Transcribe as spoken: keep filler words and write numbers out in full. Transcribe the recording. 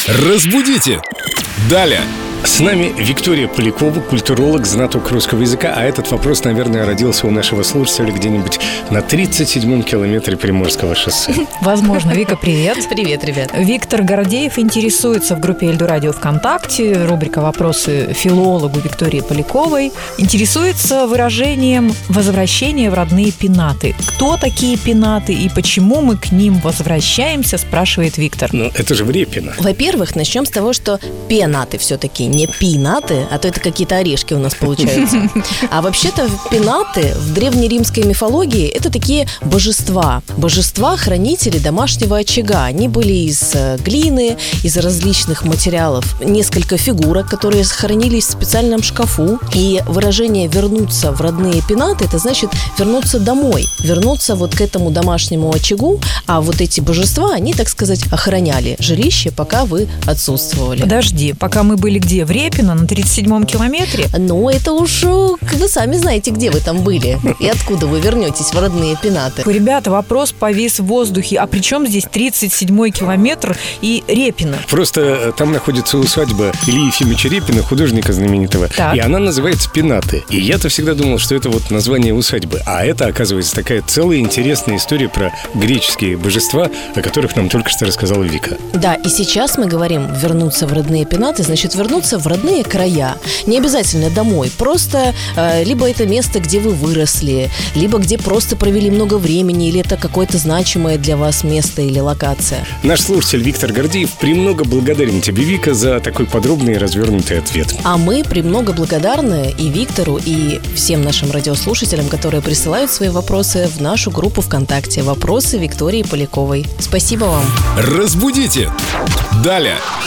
Разбудите! Далее! С нами Виктория Полякова, культуролог, знаток русского языка. А этот вопрос, наверное, родился у нашего слушателя где-нибудь на тридцать седьмом километре Приморского шоссе. Возможно. Вика, привет. Привет, ребят. Виктор Гордеев интересуется в группе Эльду Радио ВКонтакте, рубрика «Вопросы филологу» Виктории Поляковой. Интересуется выражением «возвращение в родные пенаты». Кто такие пенаты и почему мы к ним возвращаемся, спрашивает Виктор. Ну, это же в Репино. Во-первых, начнем с того, что пенаты все-таки не пинаты, а то это какие-то орешки у нас получаются. А вообще-то пенаты в древнеримской мифологии это такие божества. Божества, хранители домашнего очага. Они были из глины, из различных материалов. Несколько фигурок, которые хранились в специальном шкафу. И выражение «вернуться в родные пенаты» это значит вернуться домой, вернуться вот к этому домашнему очагу. А вот эти божества, они, так сказать, охраняли жилище, пока вы отсутствовали. Подожди, пока мы были где? В Репино, на тридцать седьмом километре? Ну, это уж вы сами знаете, где вы там были и откуда вы вернетесь в родные пенаты. Ребята, вопрос повис в воздухе. А при чем здесь тридцать седьмой километр и Репино? Просто там находится усадьба Ильи Ефимовича Репина, художника знаменитого. Так. И она называется Пенаты. И я-то всегда думал, что это вот название усадьбы. А это, оказывается, такая целая интересная история про греческие божества, о которых нам только что рассказала Вика. Да, и сейчас мы говорим вернуться в родные пенаты, значит вернуться в родные края. Не обязательно домой, просто э, либо это место, где вы выросли, либо где просто провели много времени, или это какое-то значимое для вас место или локация. Наш слушатель Виктор Гордеев премного благодарен тебе, Вика, за такой подробный и развернутый ответ. А мы премного благодарны и Виктору, и всем нашим радиослушателям, которые присылают свои вопросы в нашу группу ВКонтакте «Вопросы Виктории Поляковой». Спасибо вам. Разбудите! Далее!